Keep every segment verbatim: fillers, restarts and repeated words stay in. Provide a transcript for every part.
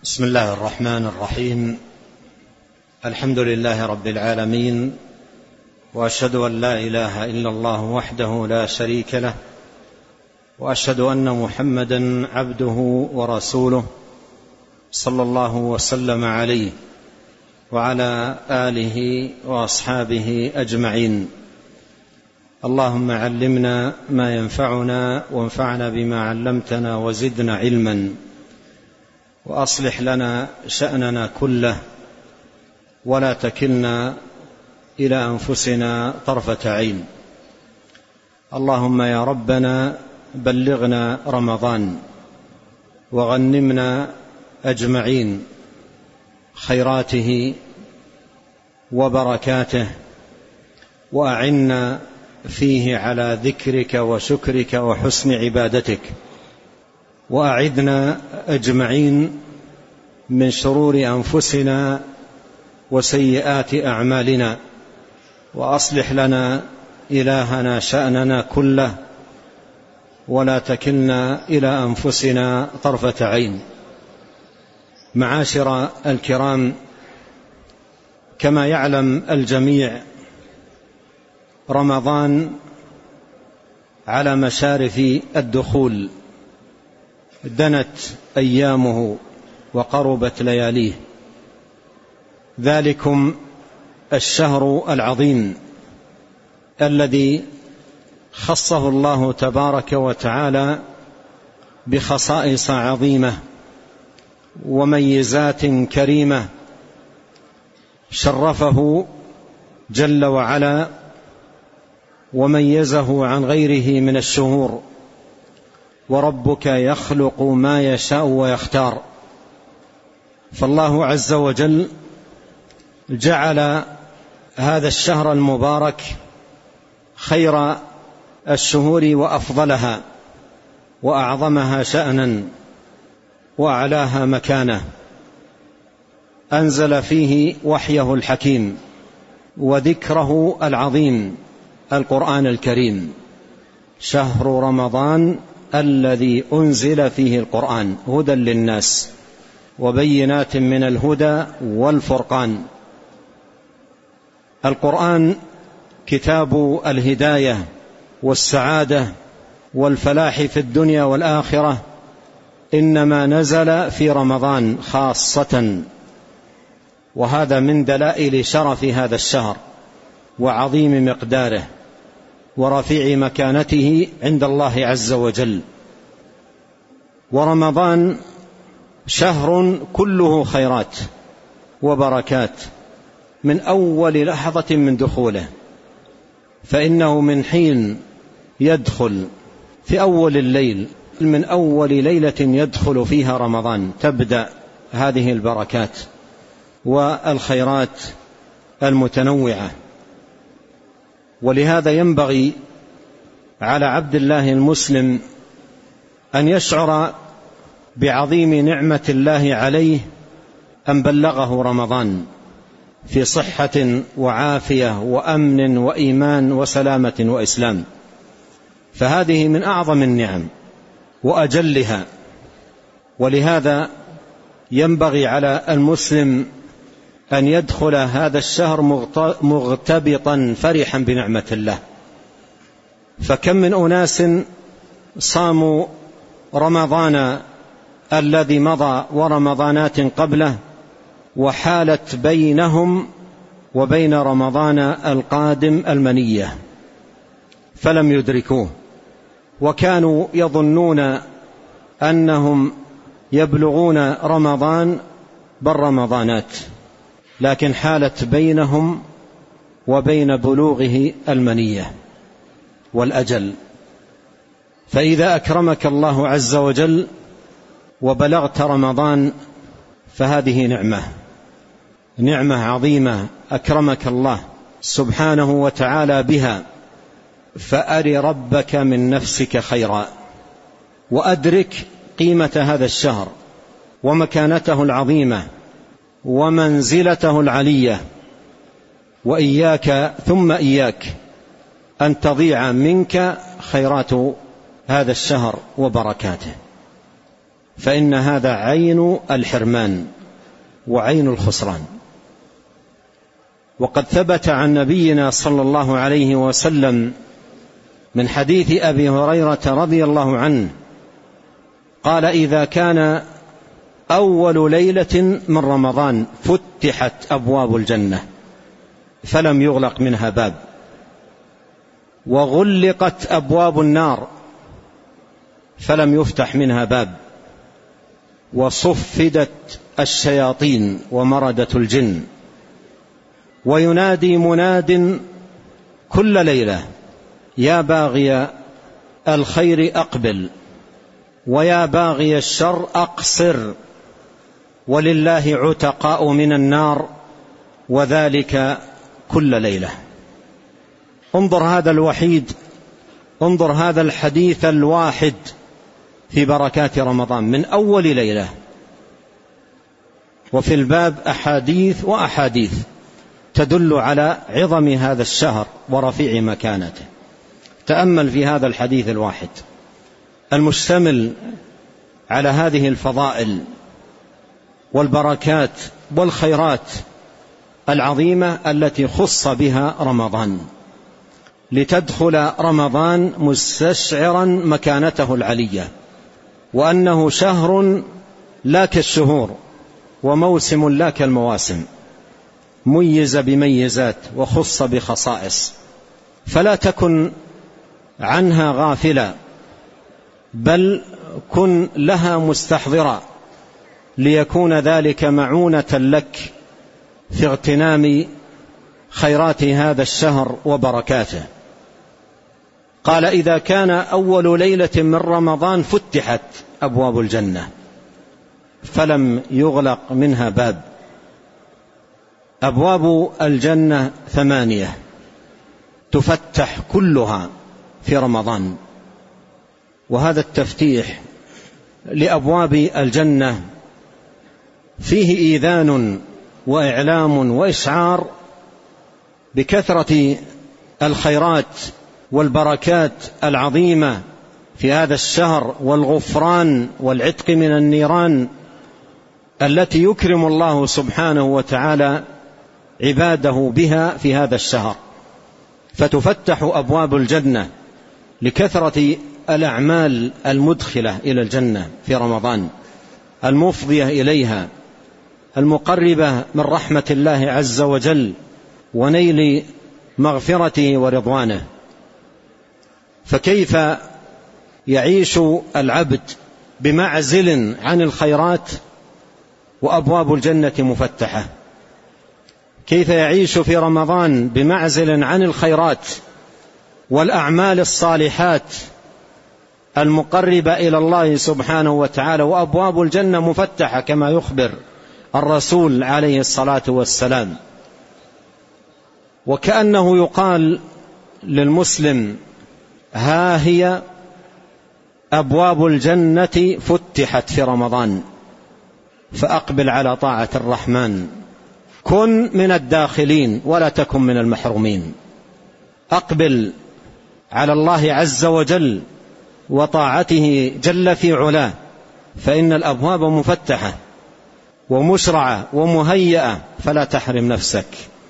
بسم الله الرحمن الرحيم. الحمد لله رب العالمين، وأشهد أن لا إله إلا الله وحده لا شريك له، وأشهد أن محمدا عبده ورسوله صلى الله وسلم عليه وعلى آله وأصحابه أجمعين. اللهم علمنا ما ينفعنا وانفعنا بما علمتنا وزدنا علما، وأصلح لنا شأننا كله ولا تكلنا إلى أنفسنا طرفة عين. اللهم يا ربنا بلغنا رمضان وغنمنا أجمعين خيراته وبركاته، وأعنا فيه على ذكرك وشكرك وحسن عبادتك، وأعذنا أجمعين من شرور أنفسنا وسيئات أعمالنا، وأصلح لنا إلهنا شأننا كله ولا تكلنا إلى أنفسنا طرفة عين. معاشر الكرام، كما يعلم الجميع رمضان على مشارف الدخول، دنت أيامه وقربت لياليه. ذلكم الشهر العظيم الذي خصه الله تبارك وتعالى بخصائص عظيمة وميزات كريمة، شرفه جل وعلا وميزه عن غيره من الشهور. وربك يخلق ما يشاء ويختار، فالله عز وجل جعل هذا الشهر المبارك خير الشهور وأفضلها وأعظمها شأنا وأعلاها مكانة. أنزل فيه وحيه الحكيم وذكره العظيم، القرآن الكريم. شهر رمضان الذي أنزل فيه القرآن هدى للناس وبينات من الهدى والفرقان. القرآن كتاب الهداية والسعادة والفلاح في الدنيا والآخرة، إنما نزل في رمضان خاصة، وهذا من دلائل شرف هذا الشهر وعظيم مقداره ورفيع مكانته عند الله عز وجل. ورمضان شهر كله خيرات وبركات من أول لحظة من دخوله، فإنه من حين يدخل في أول الليل، من أول ليلة يدخل فيها رمضان، تبدأ هذه البركات والخيرات المتنوعة. ولهذا ينبغي على عبد الله المسلم أن يشعر بعظيم نعمة الله عليه أن بلغه رمضان في صحة وعافية وأمن وإيمان وسلامة وإسلام، فهذه من أعظم النعم وأجلها. ولهذا ينبغي على المسلم أن يدخل هذا الشهر مغتبطا فرحا بنعمة الله. فكم من أناس صاموا رمضان الذي مضى ورمضانات قبله، وحالت بينهم وبين رمضان القادم المنية فلم يدركوه، وكانوا يظنون أنهم يبلغون رمضان بالرمضانات، لكن حالت بينهم وبين بلوغه المنية والأجل. فإذا أكرمك الله عز وجل وبلغت رمضان فهذه نعمة نعمة عظيمة أكرمك الله سبحانه وتعالى بها. فأر ربك من نفسك خيرا، وأدرك قيمة هذا الشهر ومكانته العظيمة ومنزلته العلية، وإياك ثم إياك أن تضيع منك خيرات هذا الشهر وبركاته. فإن هذا عين الحرمان وعين الخسران. وقد ثبت عن نبينا صلى الله عليه وسلم من حديث أبي هريرة رضي الله عنه قال: إذا كان أول ليلة من رمضان فتحت أبواب الجنة فلم يغلق منها باب، وغلقت أبواب النار فلم يفتح منها باب، وصفدت الشياطين ومردة الجن، وينادي مناد كل ليلة: يا باغي الخير أقبل، ويا باغي الشر أقصر، ولله عتقاء من النار، وذلك كل ليلة. انظر هذا الوحيد، انظر هذا الحديث الواحد في بركات رمضان من أول ليلة، وفي الباب أحاديث وأحاديث تدل على عظم هذا الشهر ورفيع مكانته. تأمل في هذا الحديث الواحد المشتمل على هذه الفضائل والبركات والخيرات العظيمة التي خص بها رمضان، لتدخل رمضان مستشعرا مكانته العلية، وأنه شهر لا كالشهور، وموسم لا كالمواسم، ميز بميزات وخص بخصائص، فلا تكن عنها غافلا، بل كن لها مستحضرا، ليكون ذلك معونة لك في اغتنام خيرات هذا الشهر وبركاته. قال: إذا كان أول ليلة من رمضان فتحت أبواب الجنة فلم يغلق منها باب. أبواب الجنة ثمانية تفتح كلها في رمضان، وهذا التفتيح لأبواب الجنة فيه إيذان وإعلام وإشعار بكثرة الخيرات والبركات العظيمة في هذا الشهر، والغفران والعتق من النيران التي يكرم الله سبحانه وتعالى عباده بها في هذا الشهر. فتفتح أبواب الجنة لكثرة الأعمال المدخلة إلى الجنة في رمضان، المفضية إليها، المقربة من رحمة الله عز وجل ونيل مغفرته ورضوانه. فكيف يعيش العبد بمعزل عن الخيرات وأبواب الجنة مفتحة؟ كيف يعيش في رمضان بمعزل عن الخيرات والأعمال الصالحات المقربة إلى الله سبحانه وتعالى وأبواب الجنة مفتحة كما يخبر الرسول عليه الصلاة والسلام؟ وكأنه يقال للمسلم: ها هي أبواب الجنة فتحت في رمضان، فأقبل على طاعة الرحمن، كن من الداخلين ولا تكن من المحرومين. أقبل على الله عز وجل وطاعته جل في علاه، فإن الأبواب مفتحة ومشرعة ومهيئة، فلا تحرم نفسك.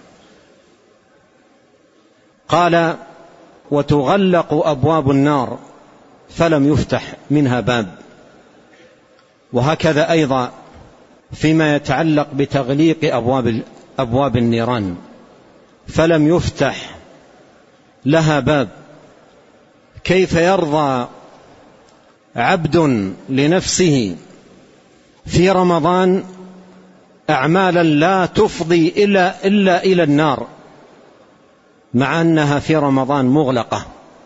قال: وتغلق أبواب النار فلم يفتح منها باب. وهكذا أيضا فيما يتعلق بتغليق أبواب, أبواب النيران فلم يفتح لها باب. كيف يرضى عبد لنفسه في رمضان أعمالا لا تفضي إلا, إلا إلى النار، مع أنها في رمضان مغلقة؟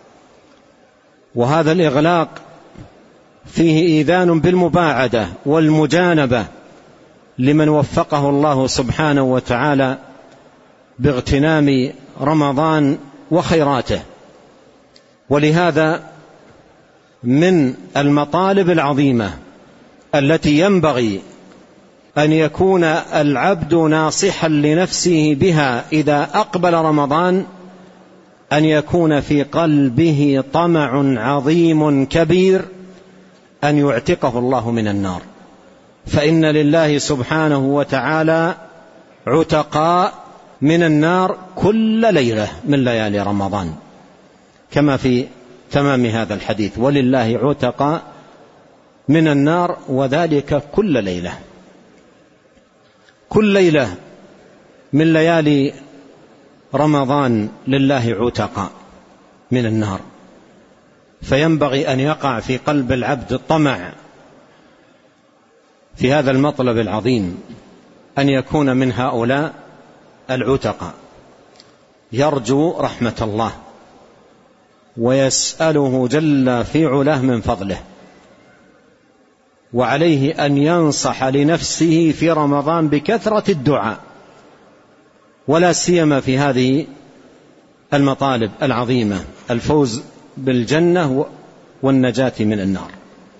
وهذا الإغلاق فيه إيذان بالمباعدة والمجانبة لمن وفقه الله سبحانه وتعالى باغتنام رمضان وخيراته. ولهذا من المطالب العظيمة التي ينبغي أن يكون العبد ناصحا لنفسه بها إذا أقبل رمضان أن يكون في قلبه طمع عظيم كبير أن يعتقه الله من النار، فإن لله سبحانه وتعالى عتقاء من النار كل ليلة من ليالي رمضان، كما في تمام هذا الحديث: ولله عتقاء من النار وذلك كل ليلة. كل ليلة من ليالي رمضان لله عتقاء من النار، فينبغي أن يقع في قلب العبد الطمع في هذا المطلب العظيم، أن يكون من هؤلاء العتقاء، يرجو رحمة الله ويسأله جل في علاه من فضله. وعليه أن ينصح لنفسه في رمضان بكثرة الدعاء، ولا سيما في هذه المطالب العظيمة: الفوز بالجنة والنجاة من النار.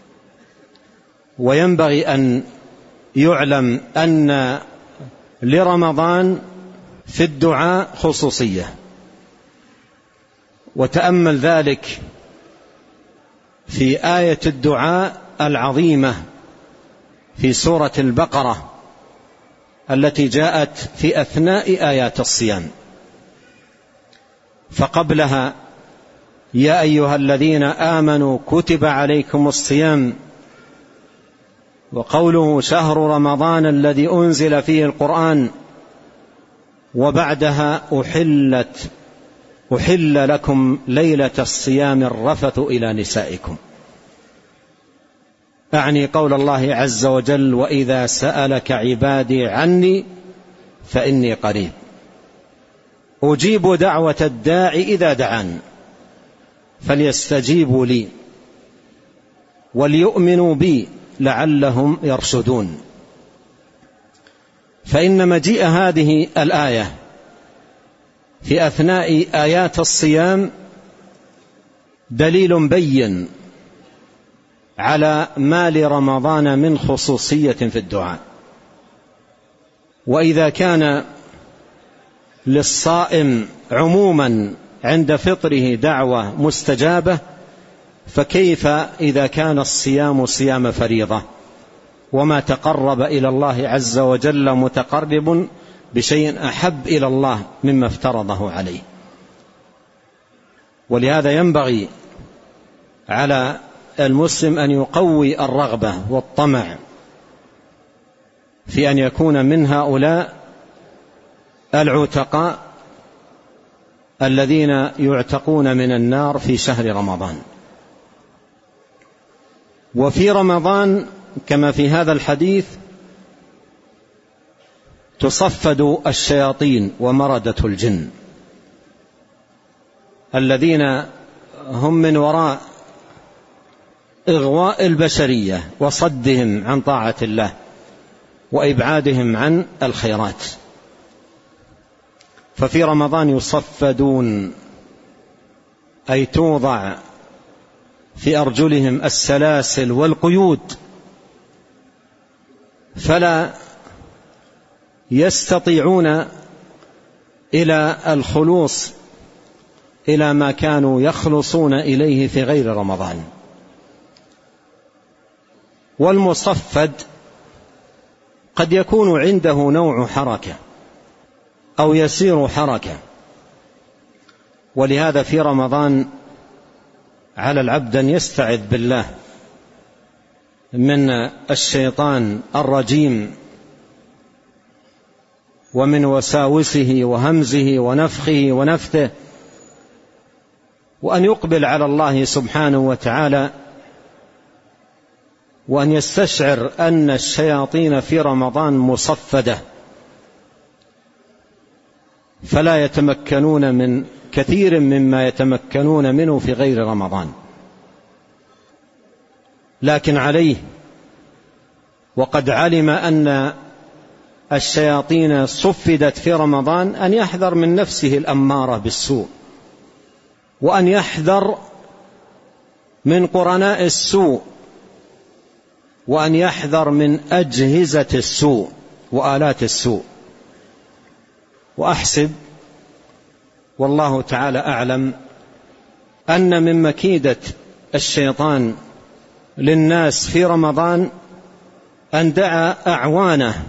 وينبغي أن يعلم أن لرمضان في الدعاء خصوصية، وتأمل ذلك في آية الدعاء العظيمة في سورة البقرة التي جاءت في أثناء آيات الصيام. فقبلها: يا أيها الذين آمنوا كتب عليكم الصيام، وقوله شهر رمضان الذي أنزل فيه القرآن، وبعدها أحلت أحل لكم ليلة الصيام الرفث إلى نسائكم، أعني قول الله عز وجل: وإذا سألك عبادي عني فإني قريب أجيب دعوة الداع إذا دعان فليستجيبوا لي وليؤمنوا بي لعلهم يرشدون. فإن مجيء هذه الآية في أثناء آيات الصيام دليل بين على ما لرمضان من خصوصية في الدعاء. وإذا كان للصائم عموما عند فطره دعوة مستجابة، فكيف إذا كان الصيام صيام فريضة، وما تقرب إلى الله عز وجل متقرب بشيء أحب إلى الله مما افترضه عليه. ولهذا ينبغي على المسلم أن يقوي الرغبة والطمع في أن يكون من هؤلاء العتقاء الذين يعتقون من النار في شهر رمضان. وفي رمضان كما في هذا الحديث تصفد الشياطين ومردة الجن الذين هم من وراء إغواء البشرية وصدهم عن طاعة الله وإبعادهم عن الخيرات. ففي رمضان يصفدون، أي توضع في أرجلهم السلاسل والقيود، فلا يستطيعون إلى الخلوص إلى ما كانوا يخلصون إليه في غير رمضان. والمصفد قد يكون عنده نوع حركة أو يسير حركة، ولهذا في رمضان على العبد أن يستعذ بالله من الشيطان الرجيم ومن وساوسه وهمزه ونفخه ونفثه، وأن يقبل على الله سبحانه وتعالى، وأن يستشعر أن الشياطين في رمضان مصفدة، فلا يتمكنون من كثير مما يتمكنون منه في غير رمضان. لكن عليه وقد علم أن الشياطين صفدت في رمضان أن يحذر من نفسه الأمارة بالسوء، وأن يحذر من قرناء السوء، وأن يحذر من أجهزة السوء وآلات السوء. وأحسب والله تعالى أعلم أن من مكيدة الشيطان للناس في رمضان أن دعا أعوانه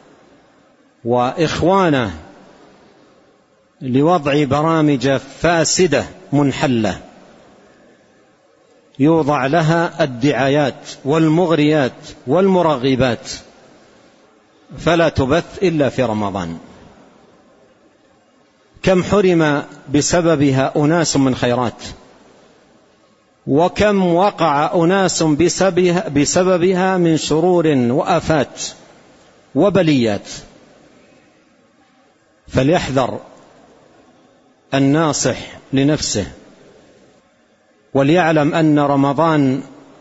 وإخوانه لوضع برامج فاسدة منحلة يوضع لها الدعايات والمغريات والمرغبات، فلا تبث إلا في رمضان. كم حرم بسببها أناس من خيرات، وكم وقع أناس بسببها, بسببها من شرور وآفات وبليات. فليحذر الناصح لنفسه، وليعلم أن رمضان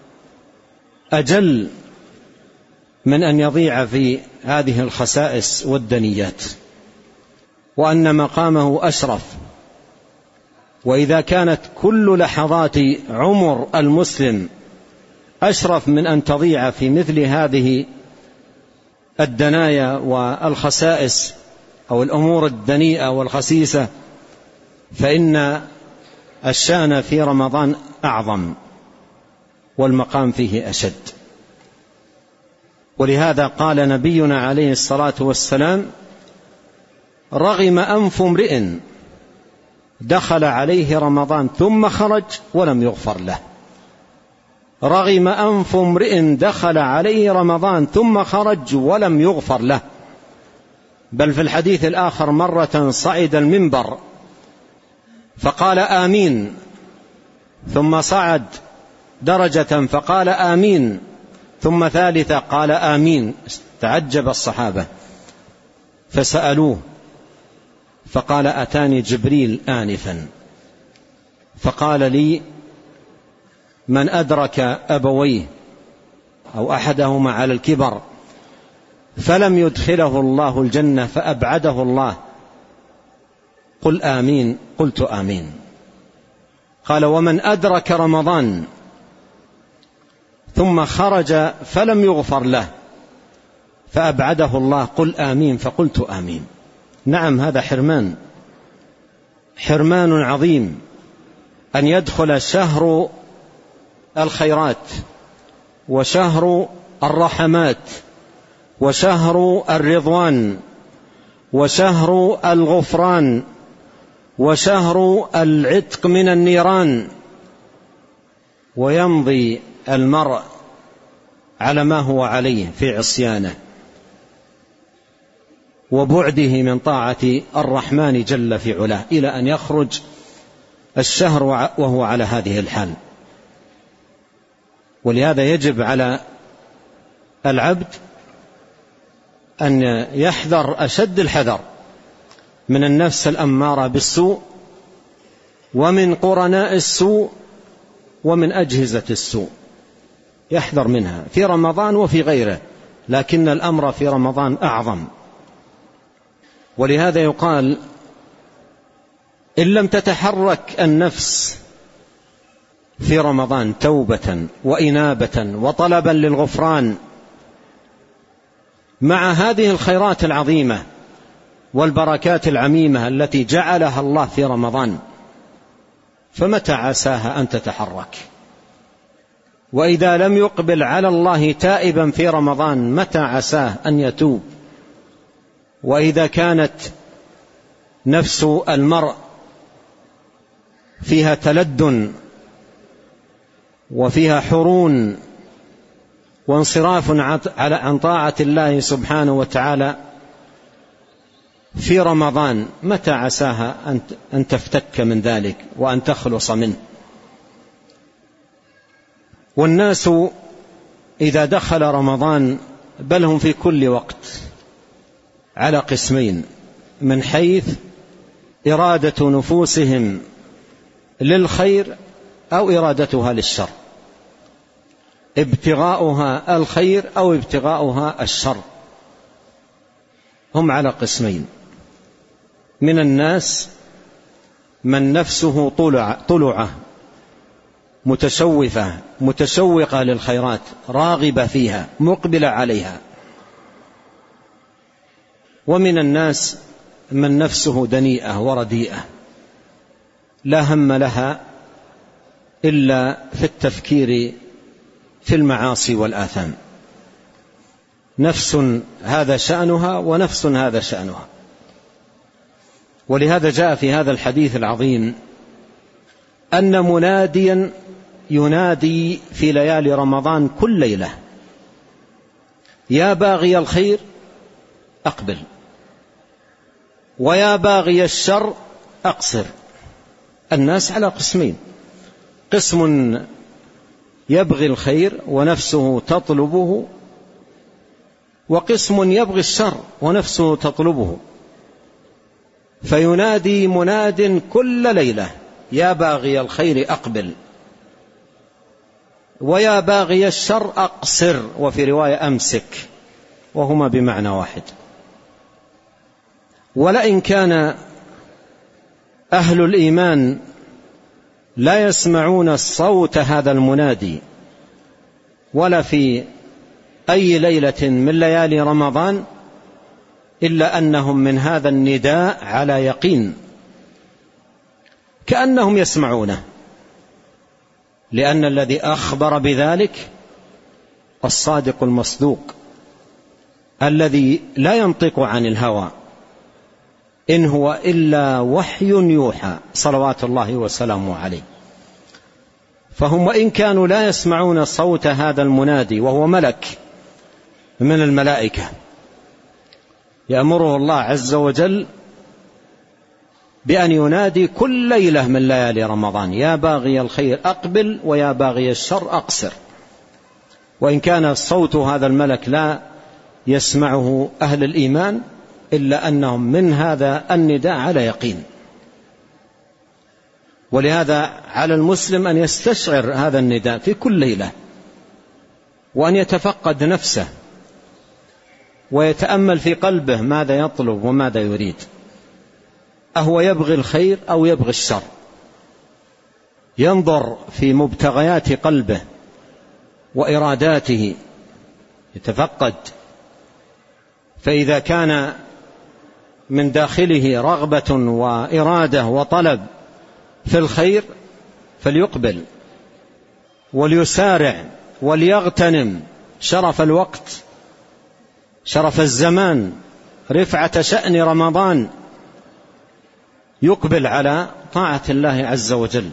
أجل من أن يضيع في هذه الخسائس والدنيات، وأن مقامه أشرف. وإذا كانت كل لحظات عمر المسلم أشرف من أن تضيع في مثل هذه الدنايا والخسائس أو الأمور الدنيئة والخسيسة، فإن الشأن في رمضان أعظم والمقام فيه أشد. ولهذا قال نبينا عليه الصلاة والسلام: رغم أنف امرئ دخل عليه رمضان ثم خرج ولم يغفر له. رغم أنف امرئ دخل عليه رمضان ثم خرج ولم يغفر له. بل في الحديث الآخر: مرة صعد المنبر فقال آمين، ثم صعد درجة فقال آمين، ثم ثالثة قال آمين. تعجب الصحابة فسألوه فقال: أتاني جبريل آنفا فقال لي: من أدرك أبويه أو أحدهما على الكبر فلم يدخله الله الجنة فأبعده الله، قل آمين. قلت آمين. قال: ومن أدرك رمضان ثم خرج فلم يغفر له فأبعده الله، قل آمين. فقلت آمين. نعم، هذا حرمان، حرمان عظيم أن يدخل شهر الخيرات وشهر الرحمات وشهر الرضوان وشهر الغفران وشهر العتق من النيران، ويمضي المرء على ما هو عليه في عصيانه وبعده من طاعة الرحمن جل في علاه، إلى أن يخرج الشهر وهو على هذه الحال. ولهذا يجب على العبد أن يحذر أشد الحذر من النفس الأمارة بالسوء، ومن قرناء السوء، ومن أجهزة السوء، يحذر منها في رمضان وفي غيره، لكن الأمر في رمضان أعظم. ولهذا يقال: إن لم تتحرك النفس في رمضان توبة وإنابة وطلبا للغفران مع هذه الخيرات العظيمة والبركات العميمة التي جعلها الله في رمضان، فمتى عساها أن تتحرك؟ وإذا لم يقبل على الله تائبا في رمضان متى عساه أن يتوب؟ وإذا كانت نفس المرء فيها تلدن وفيها حرون وانصراف عن طاعة الله سبحانه وتعالى في رمضان، متى عساها أن تفتك من ذلك وأن تخلص منه؟ والناس إذا دخل رمضان، بل هم في كل وقت، على قسمين: من حيث إرادة نفوسهم للخير أو إرادتها للشر، ابتغاؤها الخير أو ابتغاؤها الشر، هم على قسمين. من الناس من نفسه طلع طلعة متشوفة متشوقة للخيرات، راغبة فيها مقبلة عليها. ومن الناس من نفسه دنيئة ورديئة لا هم لها إلا في التفكير في المعاصي والآثام. نفس هذا شأنها ونفس هذا شأنها. ولهذا جاء في هذا الحديث العظيم أن مناديا ينادي في ليالي رمضان كل ليلة: يا باغي الخير أقبل، ويا باغي الشر أقصر. الناس على قسمين: قسم يبغي الخير ونفسه تطلبه، وقسم يبغي الشر ونفسه تطلبه. فينادي مناد كل ليلة: يا باغي الخير أقبل، ويا باغي الشر أقصر، وفي رواية أمسك، وهما بمعنى واحد. ولئن كان أهل الإيمان لا يسمعون صوت هذا المنادي ولا في أي ليلة من ليالي رمضان، إلا أنهم من هذا النداء على يقين، كأنهم يسمعونه، لأن الذي أخبر بذلك الصادق المصدوق الذي لا ينطق عن الهوى، إن هو إلا وحي يوحى، صلوات الله وسلامه عليه. فهم وإن كانوا لا يسمعون صوت هذا المنادي، وهو ملك من الملائكة يأمره الله عز وجل بأن ينادي كل ليلة من ليالي رمضان: يا باغي الخير أقبل، ويا باغي الشر أقصر. وإن كان صوت هذا الملك لا يسمعه أهل الإيمان، إلا أنهم من هذا النداء على يقين. ولهذا على المسلم أن يستشعر هذا النداء في كل ليلة، وأن يتفقد نفسه ويتأمل في قلبه ماذا يطلب وماذا يريد، أهو يبغي الخير أو يبغي الشر. ينظر في مبتغيات قلبه وإراداته، يتفقد، فإذا كان من داخله رغبة وإرادة وطلب في الخير فليقبل وليسارع وليغتنم شرف الوقت، شرف الزمان، رفعة شأن رمضان، يقبل على طاعة الله عز وجل.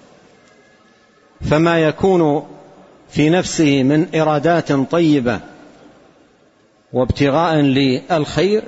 فما يكون في نفسه من إرادات طيبة وابتغاء للخير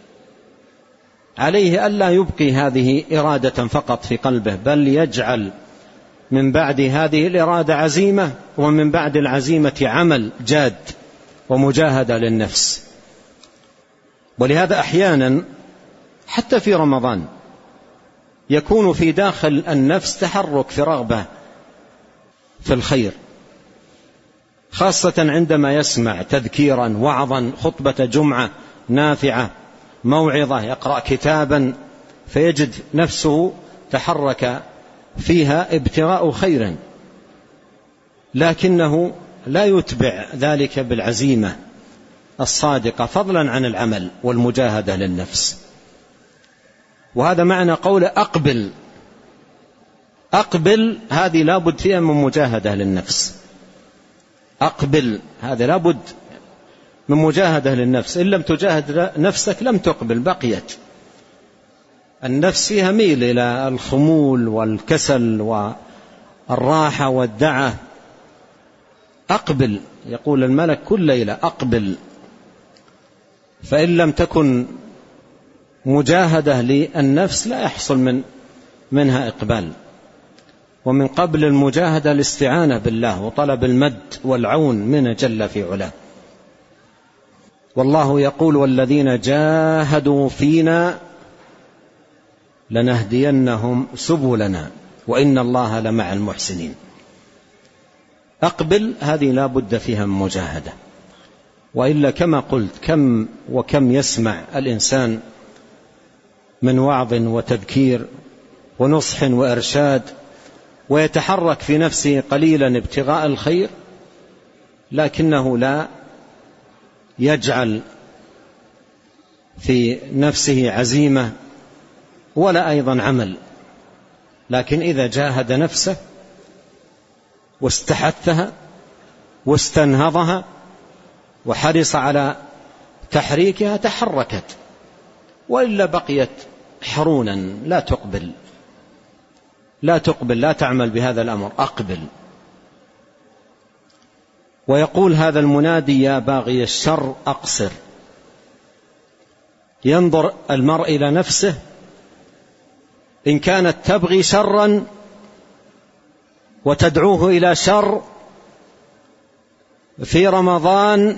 عليه ألا يبقي هذه إرادة فقط في قلبه، بل يجعل من بعد هذه الإرادة عزيمة، ومن بعد العزيمة عمل جاد ومجاهدة للنفس. ولهذا أحيانا حتى في رمضان يكون في داخل النفس تحرك في رغبة في الخير، خاصة عندما يسمع تذكيرا، وعظا، خطبة جمعة نافعة، موعظة، يقرأ كتابا، فيجد نفسه تحرك فيها ابتغاء خير، لكنه لا يتبع ذلك بالعزيمة الصادقة، فضلا عن العمل والمجاهدة للنفس. وهذا معنى قول أقبل. أقبل هذه لابد فيها من مجاهدة للنفس. أقبل هذا لابد من مجاهدة للنفس، إن لم تجاهد نفسك لم تقبل، بقيت النفس فيها ميل إلى الخمول والكسل والراحة والدعة. أقبل، يقول الملك كل ليلة أقبل. فإن لم تكن مجاهدة للنفس لا يحصل من منها إقبال. ومن قبل المجاهدة الاستعانة بالله وطلب المد والعون من جل في علاه. والله يقول: والذين جاهدوا فينا لنهدينهم سبلنا وإن الله لمع المحسنين. أقبل هذه لا بد فيها من مجاهدة، وإلا كما قلت كم وكم يسمع الإنسان من وعظ وتذكير ونصح وإرشاد، ويتحرك في نفسه قليلا ابتغاء الخير، لكنه لا يجعل في نفسه عزيمة ولا أيضا عمل. لكن إذا جاهد نفسه واستحثها واستنهضها وحرص على تحريكها تحركت، وإلا بقيت حرونا لا تقبل لا تقبل لا تعمل بهذا الأمر، أقبل. ويقول هذا المنادي: يا باغي الشر أقصر. ينظر المرء إلى نفسه، إن كانت تبغي شرا وتدعوه إلى شر في رمضان،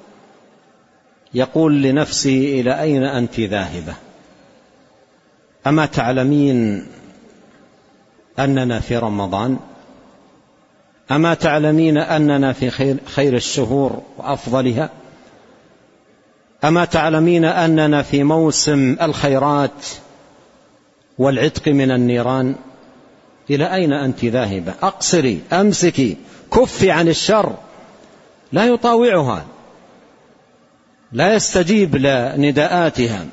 يقول لنفسه: إلى أين أنت ذاهبة؟ أما تعلمين أننا في رمضان؟ أما تعلمين أننا في خير, خير الشهور وأفضلها؟ أما تعلمين أننا في موسم الخيرات والعتق من النيران؟ إلى أين أنت ذاهبة؟ أقصري، أمسكي، كفي عن الشر. لا يطاوعها، لا يستجيب لنداءاتها،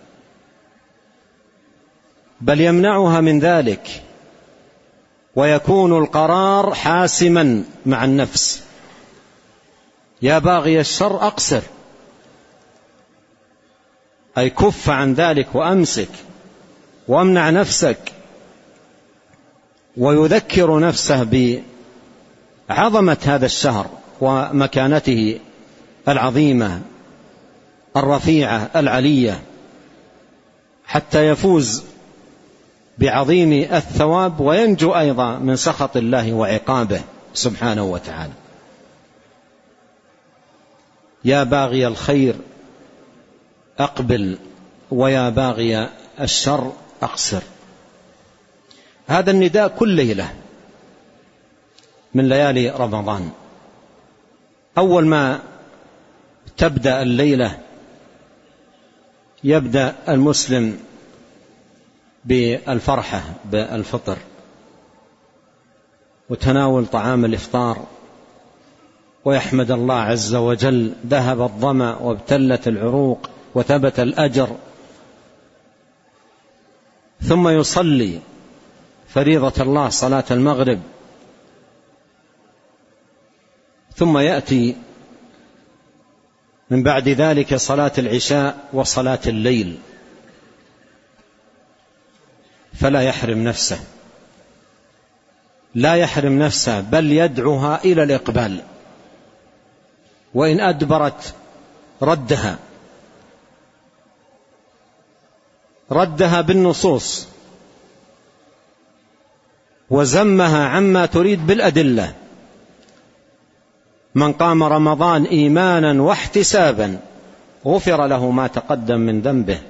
بل يمنعها من ذلك، ويكون القرار حاسما مع النفس. يا باغي الشر أقصر، أي كف عن ذلك وأمسك وامنع نفسك. ويذكر نفسه بعظمة هذا الشهر ومكانته العظيمة الرفيعة العلية، حتى يفوز بعظيم الثواب وينجو أيضا من سخط الله وعقابه سبحانه وتعالى. يا باغي الخير أقبل، ويا باغي الشر أقصر. هذا النداء كل ليلة من ليالي رمضان. أول ما تبدأ الليلة يبدأ المسلم بالفرحة بالفطر وتناول طعام الإفطار، ويحمد الله عز وجل: ذهب الظمأ وابتلت العروق وثبت الأجر. ثم يصلي فريضة الله صلاة المغرب، ثم يأتي من بعد ذلك صلاة العشاء وصلاة الليل، فلا يحرم نفسه لا يحرم نفسه بل يدعوها إلى الإقبال، وإن أدبرت ردها ردها بالنصوص وزمها عما تريد بالأدلة. من قام رمضان إيمانا واحتسابا غفر له ما تقدم من ذنبه.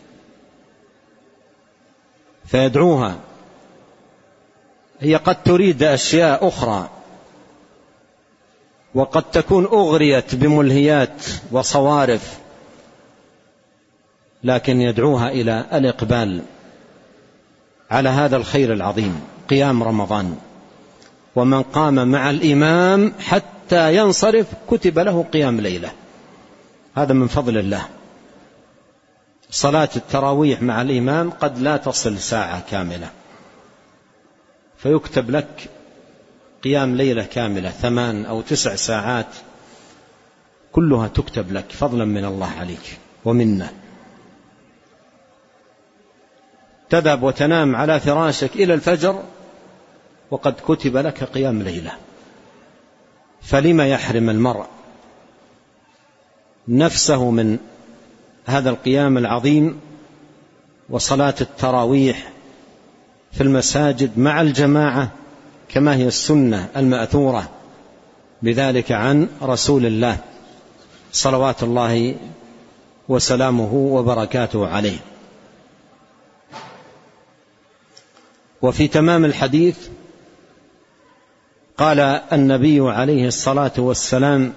فيدعوها، هي قد تريد أشياء أخرى، وقد تكون أغريت بملهيات وصوارف، لكن يدعوها إلى الإقبال على هذا الخير العظيم قيام رمضان. ومن قام مع الإمام حتى ينصرف كتب له قيام ليلة، هذا من فضل الله. صلاة التراويح مع الإمام قد لا تصل ساعة كاملة، فيكتب لك قيام ليلة كاملة، ثمان أو تسع ساعات كلها تكتب لك فضلا من الله عليك ومنه. تذهب وتنام على فراشك إلى الفجر وقد كتب لك قيام ليلة. فلما يحرم المرء نفسه من هذا القيام العظيم وصلاة التراويح في المساجد مع الجماعة كما هي السنة المأثورة بذلك عن رسول الله صلوات الله وسلامه وبركاته عليه. وفي تمام الحديث قال النبي عليه الصلاة والسلام: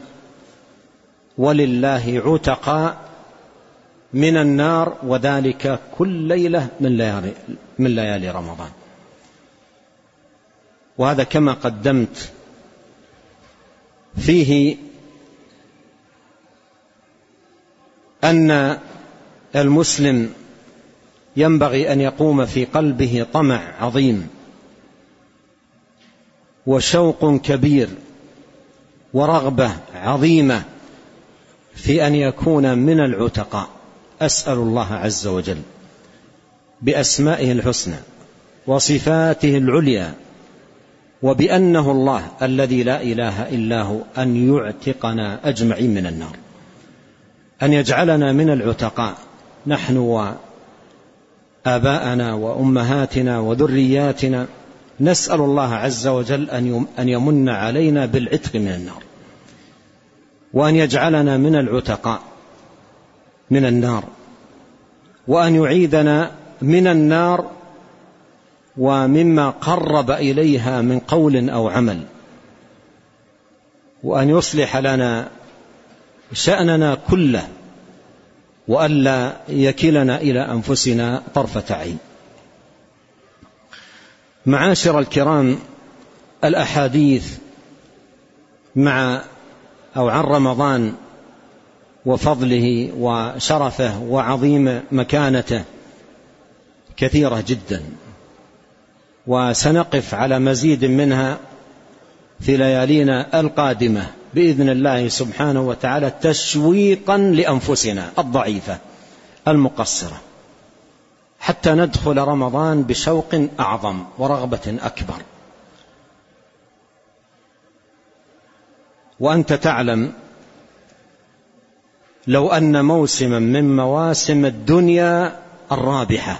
ولله عتقاء من النار، وذلك كل ليلة من ليالي, من ليالي رمضان. وهذا كما قدمت فيه أن المسلم ينبغي أن يقوم في قلبه طمع عظيم وشوق كبير ورغبة عظيمة في أن يكون من العتقاء. أسأل الله عز وجل بأسمائه الحسنى وصفاته العليا وبأنه الله الذي لا إله إلا هو أن يعتقنا أجمعين من النار، أن يجعلنا من العتقاء نحن وآباءنا وأمهاتنا وذرياتنا. نسأل الله عز وجل أن يمن علينا بالعتق من النار، وأن يجعلنا من العتقاء من النار، وأن يعيذنا من النار ومما قرب إليها من قول أو عمل، وأن يصلح لنا شأننا كله، وألا يكلنا إلى أنفسنا طرفة عين. معاشر الكرام، الأحاديث مع أو عن رمضان وفضله وشرفه وعظيم مكانته كثيرة جدا، وسنقف على مزيد منها في ليالينا القادمة بإذن الله سبحانه وتعالى، تشويقا لأنفسنا الضعيفة المقصرة، حتى ندخل رمضان بشوق أعظم ورغبة أكبر. وأنت تعلم لو أن موسما من مواسم الدنيا الرابحة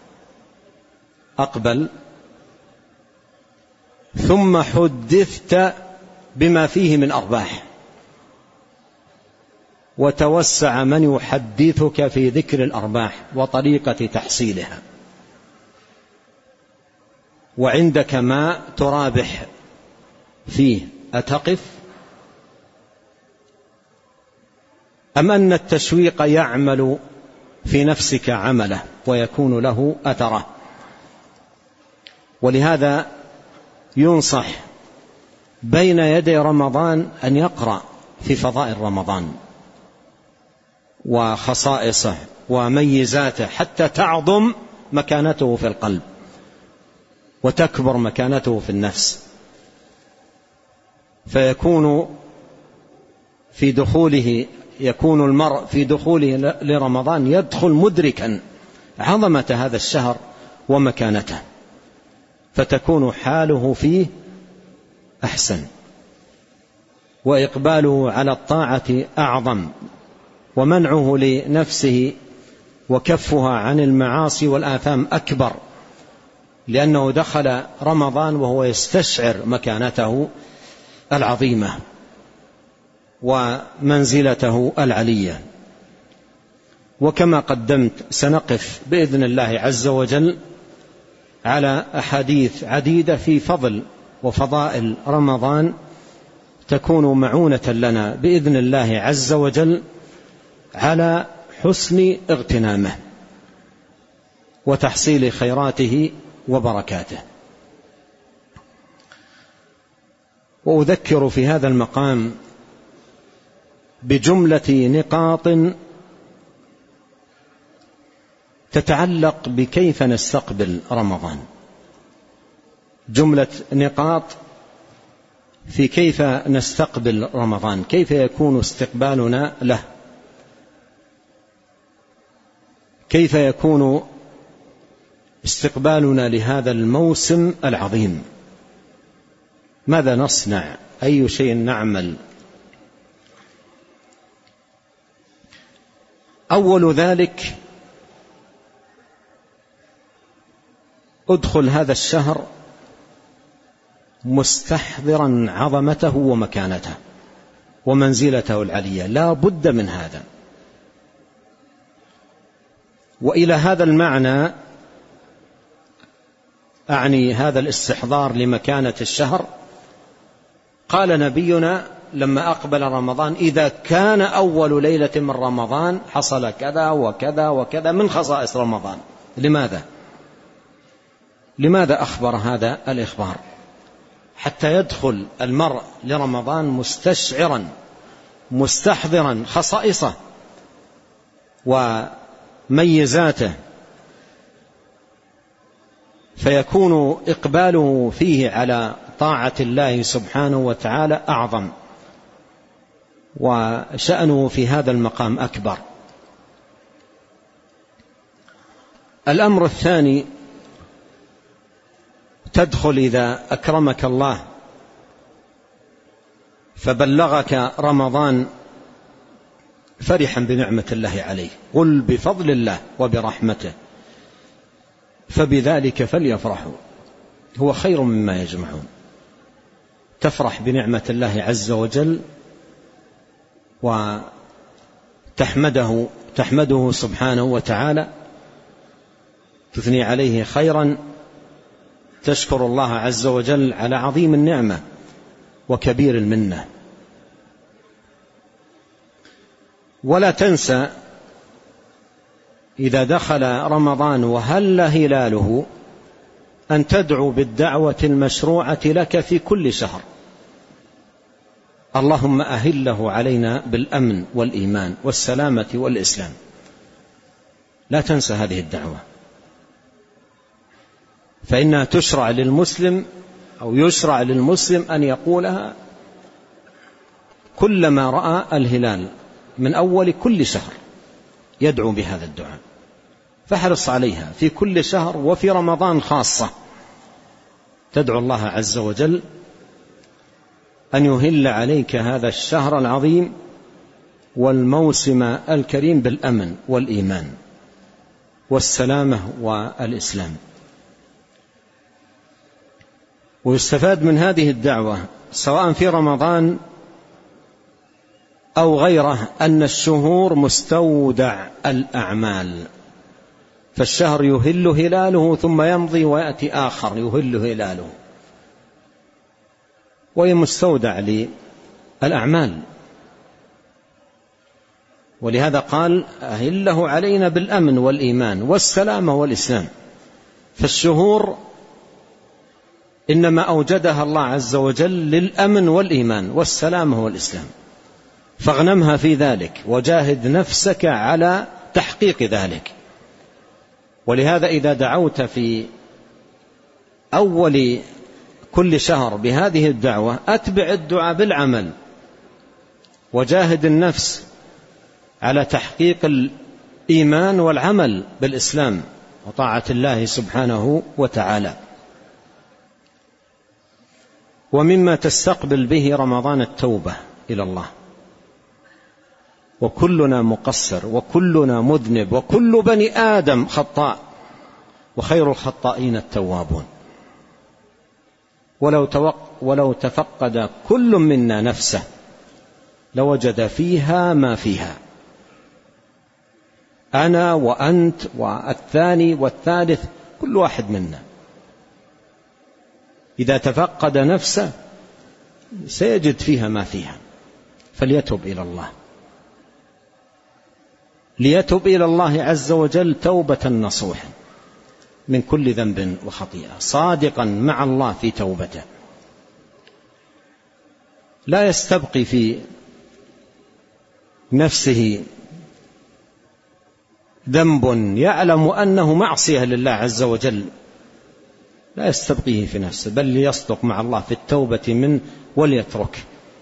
أقبل، ثم حدثت بما فيه من أرباح، وتوسع من يحدثك في ذكر الأرباح وطريقة تحصيلها، وعندك ما ترابح فيه، أتقف؟ أم أن التشويق يعمل في نفسك عمله ويكون له أثره؟ ولهذا ينصح بين يدي رمضان أن يقرأ في فضائل رمضان وخصائصه وميزاته، حتى تعظم مكانته في القلب وتكبر مكانته في النفس، فيكون في دخوله يكون المرء في دخوله لرمضان يدخل مدركا عظمة هذا الشهر ومكانته، فتكون حاله فيه أحسن، وإقباله على الطاعة أعظم، ومنعه لنفسه وكفها عن المعاصي والآثام أكبر، لأنه دخل رمضان وهو يستشعر مكانته العظيمة ومنزلته العلية. وكما قدمت سنقف بإذن الله عز وجل على أحاديث عديدة في فضل وفضائل رمضان، تكون معونة لنا بإذن الله عز وجل على حسن اغتنامه وتحصيل خيراته وبركاته. وأذكر في هذا المقام بجملة نقاط تتعلق بكيف نستقبل رمضان، جملة نقاط في كيف نستقبل رمضان، كيف يكون استقبالنا له، كيف يكون استقبالنا لهذا الموسم العظيم، ماذا نصنع، أي شيء نعمل. أول ذلك ادخل هذا الشهر مستحضرا عظمته ومكانته ومنزلته العلية، لا بد من هذا. وإلى هذا المعنى أعني هذا الاستحضار لمكانة الشهر، قال نبينا لما أقبل رمضان: إذا كان أول ليلة من رمضان حصل كذا وكذا وكذا من خصائص رمضان. لماذا؟ لماذا أخبر هذا الإخبار؟ حتى يدخل المرء لرمضان مستشعرا مستحضرا خصائصه وميزاته، فيكون إقباله فيه على طاعة الله سبحانه وتعالى أعظم وشأنه في هذا المقام أكبر. الأمر الثاني، تدخل إذا أكرمك الله فبلغك رمضان فرحا بنعمة الله عليه، قل بفضل الله وبرحمته فبذلك فليفرحوا هو خير مما يجمعون. تفرح بنعمة الله عز وجل وتحمده تحمده سبحانه وتعالى، تثني عليه خيرا، تشكر الله عز وجل على عظيم النعمة وكبير المنة. ولا تنسى إذا دخل رمضان وهل هلاله أن تدعو بالدعوة المشروعة لك في كل شهر: اللهم أهله علينا بالأمن والإيمان والسلامة والإسلام. لا تنسى هذه الدعوة، فإنها تشرع للمسلم أو يشرع للمسلم أن يقولها كلما رأى الهلال من أول كل شهر، يدعو بهذا الدعاء. فاحرص عليها في كل شهر، وفي رمضان خاصة تدعو الله عز وجل أن يهل عليك هذا الشهر العظيم والموسم الكريم بالأمن والإيمان والسلامة والإسلام. ويستفاد من هذه الدعوة سواء في رمضان أو غيره أن الشهور مستودع الأعمال، فالشهر يهل هلاله ثم يمضي ويأتي آخر يهل هلاله، وهي مستودع للأعمال. ولهذا قال أهله علينا بالأمن والإيمان والسلامة والإسلام. فالشهور إنما أوجدها الله عز وجل للأمن والإيمان والسلامة والإسلام، فاغنمها في ذلك وجاهد نفسك على تحقيق ذلك. ولهذا إذا دعوت في أول كل شهر بهذه الدعوة أتبع الدعاء بالعمل، وجاهد النفس على تحقيق الإيمان والعمل بالإسلام وطاعة الله سبحانه وتعالى. ومما تستقبل به رمضان التوبة إلى الله، وكلنا مقصر وكلنا مذنب وكل بني آدم خطاء وخير الخطائين التوابون. ولو, توق ولو تفقد كل منا نفسه لوجد فيها ما فيها، أنا وأنت والثاني والثالث، كل واحد منا إذا تفقد نفسه سيجد فيها ما فيها. فليتب إلى الله، ليتب إلى الله عز وجل توبة نصوحا من كل ذنب وخطيئة، صادقا مع الله في توبته، لا يستبقي في نفسه ذنب يعلم أنه معصية لله عز وجل، لا يستبقيه في نفسه، بل ليصدق مع الله في التوبة منه وليترك،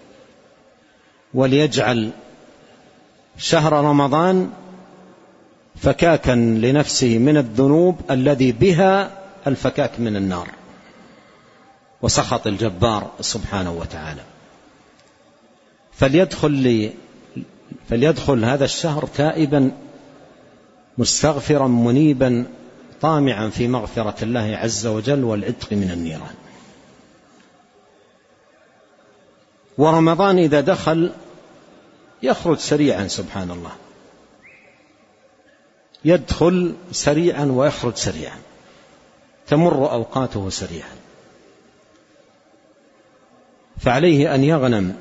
وليجعل شهر رمضان فكاكا لنفسه من الذنوب الذي بها الفكاك من النار وسخط الجبار سبحانه وتعالى. فليدخل, لي فليدخل هذا الشهر تائبا مستغفرا منيبا طامعا في مغفرة الله عز وجل والعتق من النيران. ورمضان إذا دخل يخرج سريعا سبحان الله، يدخل سريعا ويخرج سريعا، تمر أوقاته سريعا. فعليه أن يغنم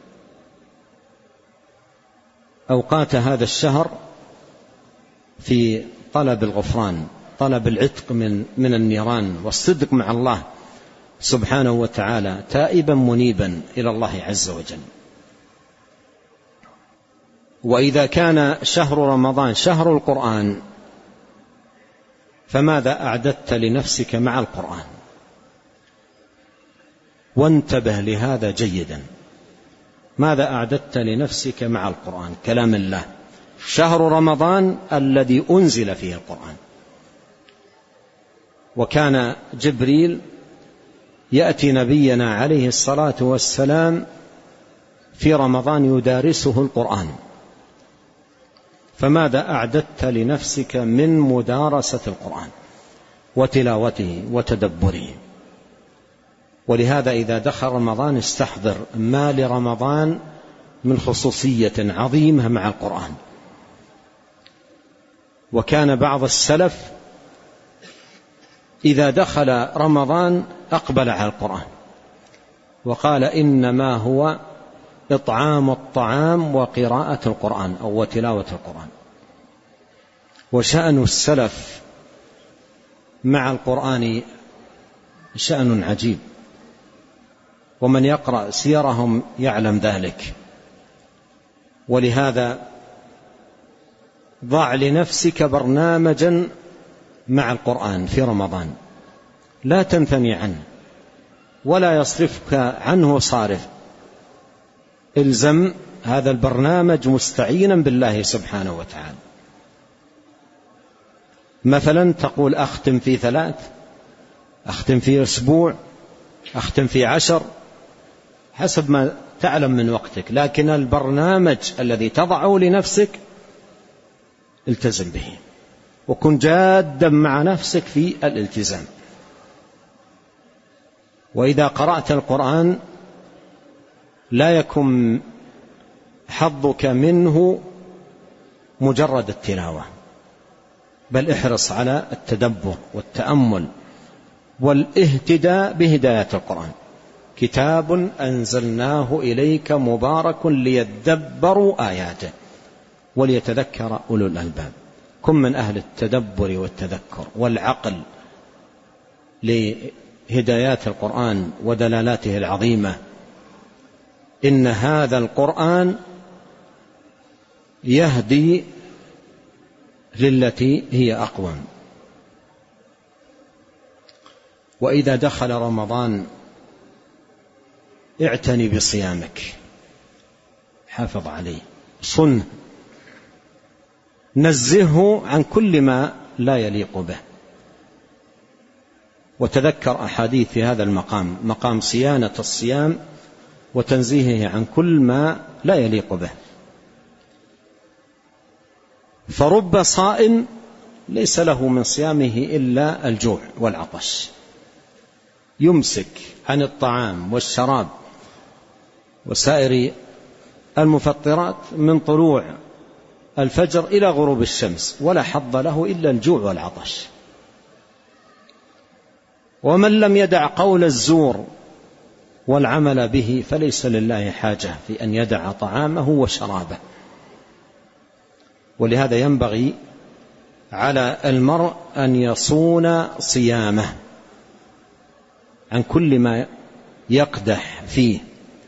أوقات هذا الشهر في طلب الغفران، طلب العتق من من النيران، والصدق مع الله سبحانه وتعالى، تائبا منيبا إلى الله عز وجل. وإذا كان شهر رمضان شهر القرآن فماذا أعددت لنفسك مع ماذا أعددت لنفسك مع القرآن؟ كلام الله، شهر رمضان الذي أنزل فيه القرآن. وكان جبريل يأتي نبينا عليه الصلاة والسلام في رمضان يدارسه القرآن. فماذا أعددت لنفسك من مدارسة القرآن وتلاوته وتدبره؟ ولهذا إذا دخل رمضان استحضر ما لرمضان من خصوصية عظيمة مع القرآن. وكان بعض السلف إذا دخل رمضان أقبل على القرآن وقال إنما هو إطعام الطعام وقراءة القرآن أو وتلاوة القرآن. وشأن السلف مع القرآن شأن عجيب، ومن يقرأ سيرهم يعلم ذلك. ولهذا ضع لنفسك برنامجا مع القرآن في رمضان، لا تنثني عنه ولا يصرفك عنه صارف. الزم هذا البرنامج مستعينا بالله سبحانه وتعالى. مثلا تقول أختم في ثلاث، أختم في أسبوع، أختم في عشر، حسب ما تعلم من وقتك، لكن البرنامج الذي تضعه لنفسك التزم به وكن جادا مع نفسك في الالتزام. وإذا قرأت القرآن لا يكن حظك منه مجرد التلاوة، بل احرص على التدبر والتأمل والاهتداء بهدايات القرآن. كتاب أنزلناه إليك مبارك ليدبروا آياته وليتذكر أولو الألباب. كن من أهل التدبر والتذكر والعقل لهدايات القرآن ودلالاته العظيمة. إن هذا القرآن يهدي للتي هي أقوم. وإذا دخل رمضان اعتني بصيامك، حافظ عليه، صنه، نزهه عن كل ما لا يليق به. وتذكر أحاديث في هذا المقام، مقام صيانة الصيام وتنزيهه عن كل ما لا يليق به. فرب صائم ليس له من صيامه إلا الجوع والعطش، يمسك عن الطعام والشراب وسائر المفطرات من طلوع الفجر إلى غروب الشمس، ولا حظ له إلا الجوع والعطش. ومن لم يدع قول الزور والعمل به فليس لله حاجة في أن يدع طعامه وشرابه. ولهذا ينبغي على المرء أن يصون صيامه عن كل ما يقدح فيه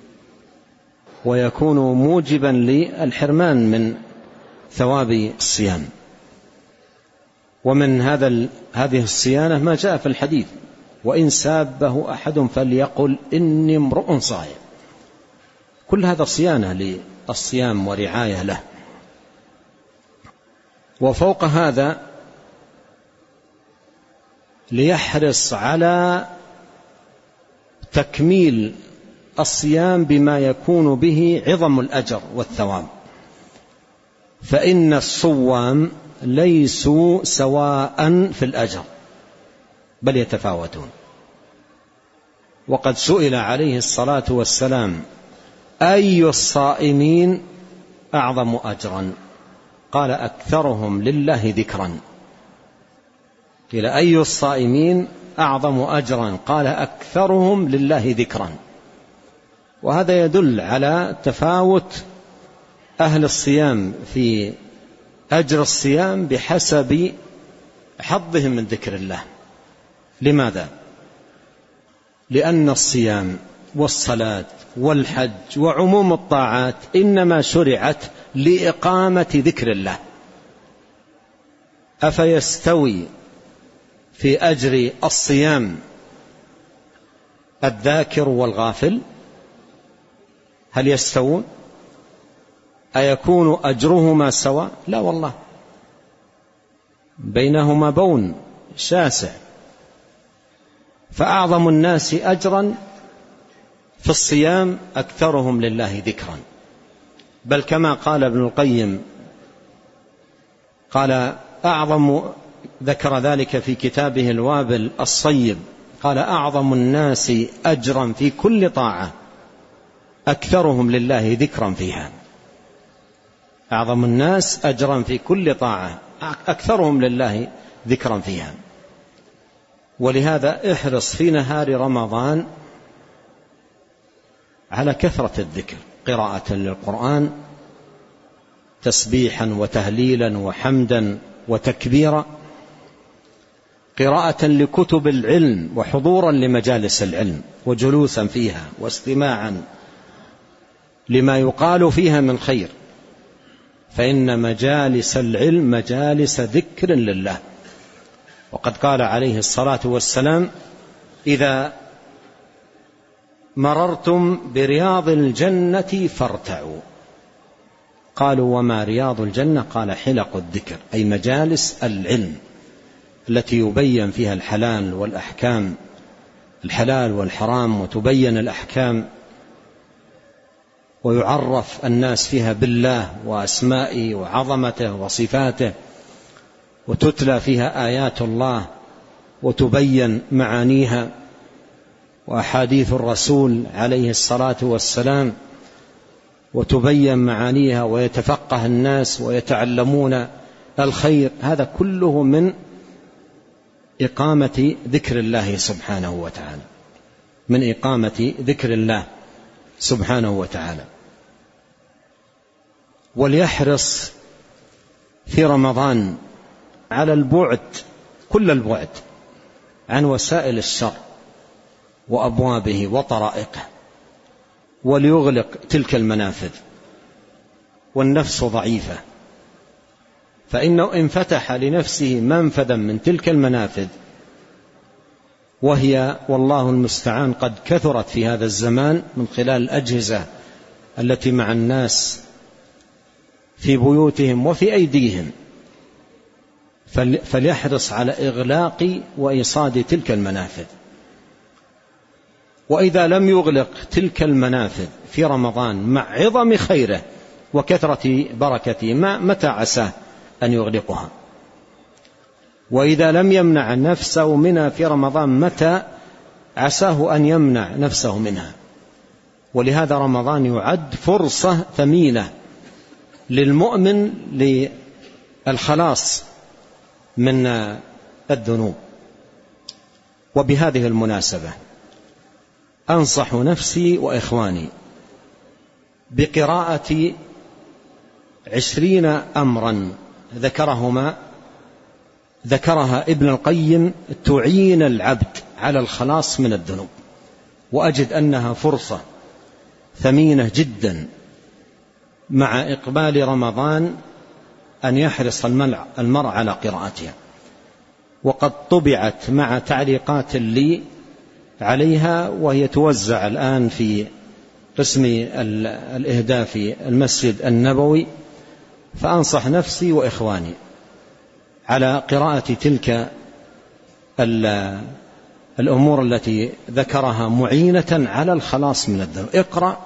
ويكون موجبا للحرمان من ثواب الصيام. ومن هذا هذه الصيانة ما جاء في الحديث: وإن سابه أحد فليقل إني امرؤ صائم. كل هذا صيانة للصيام ورعاية له. وفوق هذا ليحرص على تكميل الصيام بما يكون به عظم الأجر والثواب، فإن الصوام ليسوا سواء في الأجر بل يتفاوتون. وقد سئل عليه الصلاة والسلام: أي الصائمين أعظم أجرا؟ قال: أكثرهم لله ذكرا. قيل: أي الصائمين أعظم أجرا؟ قال: أكثرهم لله ذكرا. وهذا يدل على تفاوت أهل الصيام في أجر الصيام بحسب حظهم من ذكر الله. لماذا؟ لأن الصيام والصلاة والحج وعموم الطاعات إنما شرعت لإقامة ذكر الله. أفيستوي في أجر الصيام الذاكر والغافل؟ هل يستوون؟ أيكون أجرهما سواء؟ لا والله، بينهما بون شاسع. فأعظم الناس أجرا في الصيام أكثرهم لله ذكرا، بل كما قال ابن القيم، قال أعظم، ذكر ذلك في كتابه الوابل الصيب، قال أعظم الناس أجرا في كل طاعة أكثرهم لله ذكرا فيها. أعظم الناس أجرا في كل طاعة أكثرهم لله ذكرا فيها. ولهذا احرص في نهار رمضان على كثرة الذكر، قراءة للقرآن، تسبيحا وتهليلا وحمدا وتكبيرا، قراءة لكتب العلم وحضورا لمجالس العلم وجلوسا فيها واستماعا لما يقال فيها من خير، فإن مجالس العلم مجالس ذكر لله. وقد قال عليه الصلاة والسلام: إذا مررتم برياض الجنة فارتعوا. قالوا: وما رياض الجنة؟ قال: حلق الذكر، أي مجالس العلم التي يبين فيها الحلال والأحكام، الحلال والحرام، وتبين الأحكام ويعرف الناس فيها بالله وأسمائه وعظمته وصفاته، وتتلى فيها آيات الله وتبين معانيها وأحاديث الرسول عليه الصلاة والسلام وتبين معانيها، ويتفقه الناس ويتعلمون الخير. هذا كله من إقامة ذكر الله سبحانه وتعالى، من إقامة ذكر الله سبحانه وتعالى. وليحرص في رمضان على البعد، كل البعد عن وسائل الشر وأبوابه وطرائقه، وليغلق تلك المنافذ. والنفس ضعيفة، فإنه إن فتح لنفسه منفذا من تلك المنافذ، وهي والله المستعان قد كثرت في هذا الزمان من خلال الأجهزة التي مع الناس في بيوتهم وفي أيديهم، فليحرص على إغلاق وإيصاد تلك المنافذ. وإذا لم يغلق تلك المنافذ في رمضان مع عظم خيره وكثرة بركته، ما متى عساه أن يغلقها؟ وإذا لم يمنع نفسه منها في رمضان، متى عساه أن يمنع نفسه منها؟ ولهذا رمضان يعد فرصة ثمينة للمؤمن للخلاص من الذنوب. وبهذه المناسبة أنصح نفسي وإخواني بقراءة عشرين أمرا ذكرهما ذكرها ابن القيم تعين العبد على الخلاص من الذنوب. وأجد أنها فرصة ثمينة جدا مع إقبال رمضان أن يحرص المرء على قراءتها. وقد طبعت مع تعليقات لي عليها، وهي توزع الآن في قسم الإهداء في المسجد النبوي، فأنصح نفسي وإخواني على قراءة تلك الأمور التي ذكرها معينة على الخلاص من الذنوب. اقرأ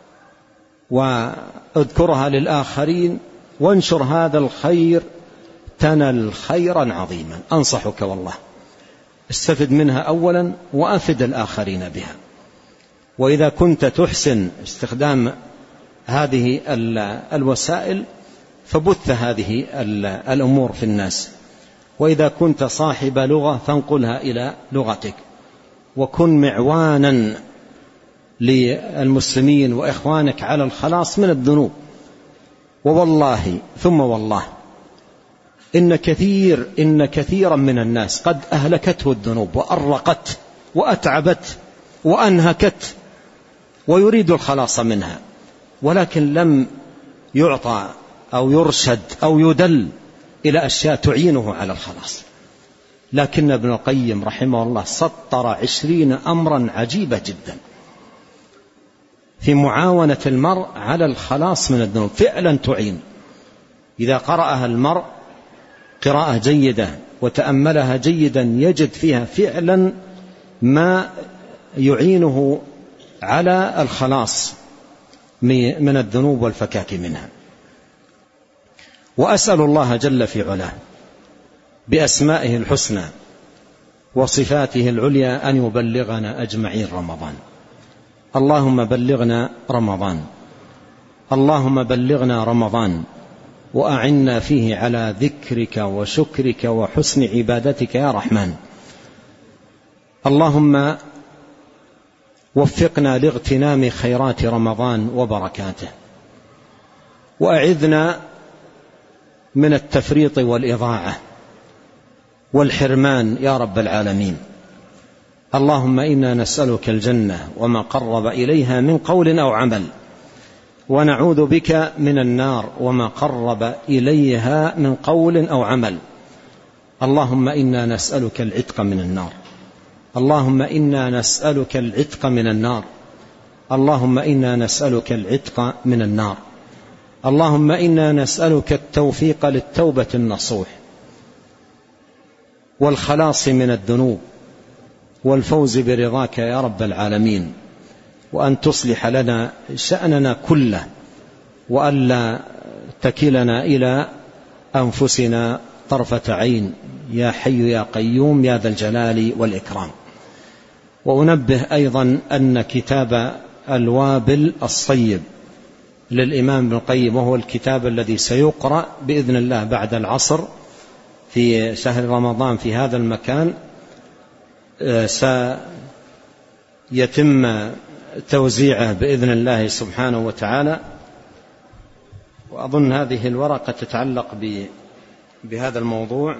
واذكرها للآخرين، وانشر هذا الخير تنل خيرا عظيما. أنصحك والله، استفد منها أولا وأفد الآخرين بها. وإذا كنت تحسن استخدام هذه الوسائل فبث هذه الأمور في الناس. وإذا كنت صاحب لغة فانقلها إلى لغتك، وكن معوانا للمسلمين وإخوانك على الخلاص من الذنوب. ووالله ثم والله إن كثير إن كثيرا من الناس قد أهلكته الذنوب وأرقت وأتعبت وأنهكت، ويريد الخلاص منها، ولكن لم يعطى أو يرشد أو يدل إلى أشياء تعينه على الخلاص. لكن ابن القيم رحمه الله سطر عشرين أمرا عجيبة جدا في معاونة المرء على الخلاص من الذنوب، فعلا تعين. إذا قرأها المرء قراءة جيدة وتأملها جيدا يجد فيها فعلا ما يعينه على الخلاص من الذنوب والفكاك منها. وأسأل الله جل في علاه بأسمائه الحسنى وصفاته العليا أن يبلغنا أجمعين رمضان. اللهم بلغنا رمضان، اللهم بلغنا رمضان وأعنا فيه على ذكرك وشكرك وحسن عبادتك يا رحمن. اللهم وفقنا لاغتنام خيرات رمضان وبركاته، وأعذنا من التفريط والإضاعة والحرمان يا رب العالمين. اللهم إنا نسألك الجنة وما قرب إليها من قول أو عمل، ونعوذ بك من النار وما قرب إليها من قول أو عمل. اللهم إنا نسألك العتق من النار، اللهم إنا نسألك العتق من النار، اللهم إنا نسألك العتق من النار. اللهم إنا نسألك التوفيق للتوبة النصوح والخلاص من الذنوب والفوز برضاك يا رب العالمين، وأن تصلح لنا شأننا كله، وألا تكلنا إلى أنفسنا طرفة عين يا حي يا قيوم يا ذا الجلال والإكرام. وأنبه أيضا أن كتاب الوابل الصيب للإمام ابن القيم، وهو الكتاب الذي سيقرأ بإذن الله بعد العصر في شهر رمضان في هذا المكان، سيتم توزيعه بإذن الله سبحانه وتعالى. وأظن هذه الورقة تتعلق بهذا الموضوع.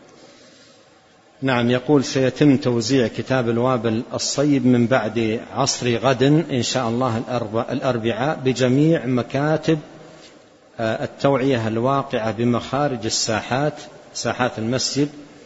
نعم، يقول سيتم توزيع كتاب الوابل الصيب من بعد عصر غد إن شاء الله الأربعاء بجميع مكاتب التوعية الواقعة بمخارج الساحات، ساحات المسجد.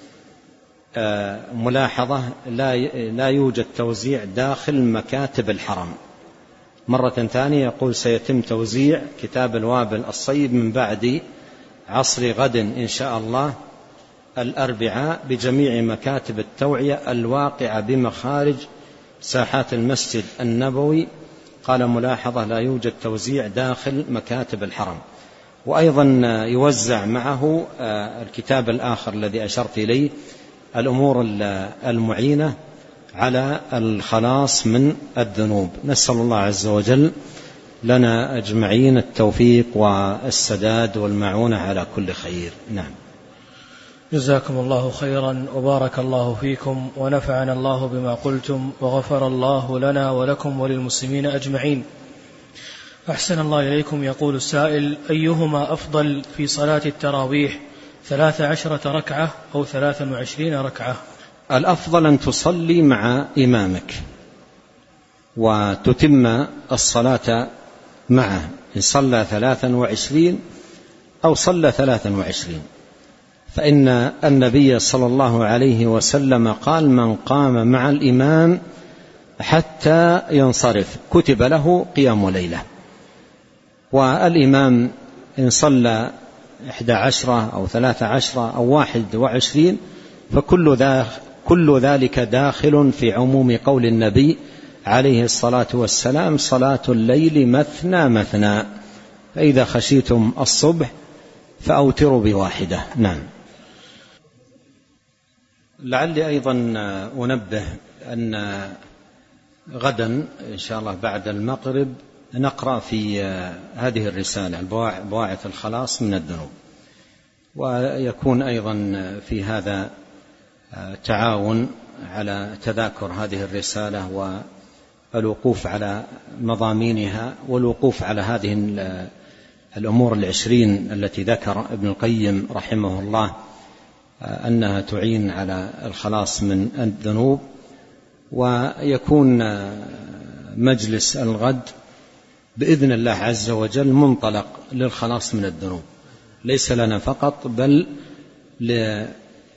ملاحظة: لا يوجد توزيع داخل مكاتب الحرم. مرة ثانية يقول سيتم توزيع كتاب الوابل الصيب من بعد عصر غد إن شاء الله الأربعاء بجميع مكاتب التوعية الواقعة بمخارج ساحات المسجد النبوي. قال ملاحظة: لا يوجد توزيع داخل مكاتب الحرم. وأيضا يوزع معه الكتاب الآخر الذي أشرت إليه، الأمور المعينة على الخلاص من الذنوب. نسأل الله عز وجل لنا أجمعين التوفيق والسداد والمعونة على كل خير. نعم. جزاكم الله خيرا وبارك الله فيكم ونفعنا الله بما قلتم وغفر الله لنا ولكم وللمسلمين أجمعين. أحسن الله إليكم. يقول السائل: أيهما أفضل في صلاة التراويح، ثلاث عشرة ركعة أو ثلاث وعشرين ركعة؟ الأفضل أن تصلي مع إمامك وتتم الصلاة معه، إن صلى ثلاثا وعشرين أو صلى ثلاثا وعشرين، فإن النبي صلى الله عليه وسلم قال: من قام مع الإمام حتى ينصرف كتب له قيام ليلة. والإمام إن صلى إحدى عشرة أو ثلاثة عشرة أو واحد وعشرين فكل ذا كل ذلك داخل في عموم قول النبي عليه الصلاة والسلام: صلاة الليل مثنى مثنى، فإذا خشيتم الصبح فأوتروا بواحدة. نعم. لعلي أيضا أنبه أن غدا إن شاء الله بعد المغرب نقرأ في هذه الرسالة بواعث الخلاص من الذنوب، ويكون أيضا في هذا تعاون على تذاكر هذه الرسالة والوقوف على مضامينها والوقوف على هذه الأمور العشرين التي ذكر ابن القيم رحمه الله أنها تعين على الخلاص من الذنوب. ويكون مجلس الغد بإذن الله عز وجل منطلق للخلاص من الذنوب، ليس لنا فقط بل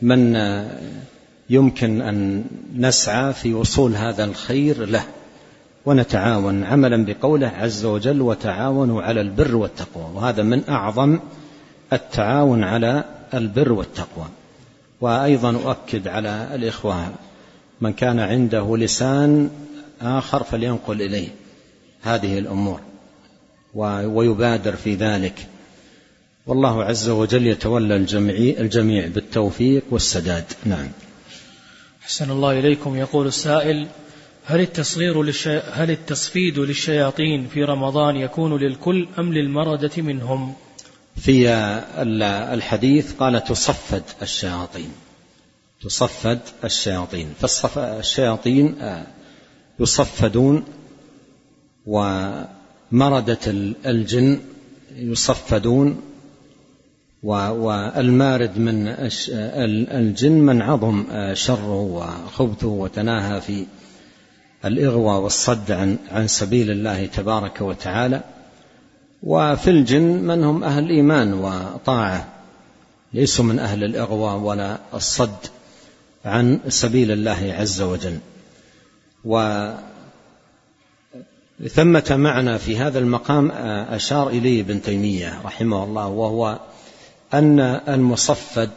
لمن يمكن أن نسعى في وصول هذا الخير له. ونتعاون عملا بقوله عز وجل وتعاونوا على البر والتقوى، وهذا من أعظم التعاون على البر والتقوى. وأيضا أؤكد على الإخوة من كان عنده لسان آخر فلينقل إليه هذه الأمور ويبادر في ذلك، والله عز وجل يتولى الجميع بالتوفيق والسداد. نعم. أحسن الله إليكم. يقول السائل: هل التصغير للشي... هل التصفيد للشياطين في رمضان يكون للكل أم للمردة منهم؟ في الحديث قال تصفد الشياطين، تصفد الشياطين، فالشياطين يصفدون ومردة الجن يصفدون، والمارد من الجن من عظم شره وخبثه وتناهى في الإغوى والصد عن عن سبيل الله تبارك وتعالى. وفي الجن من هم أهل إيمان وطاعة، ليسوا من أهل الإغوى ولا الصد عن سبيل الله عز وجل. وثمة معنى في هذا المقام أشار إليه ابن تيمية رحمه الله، وهو أن المصفد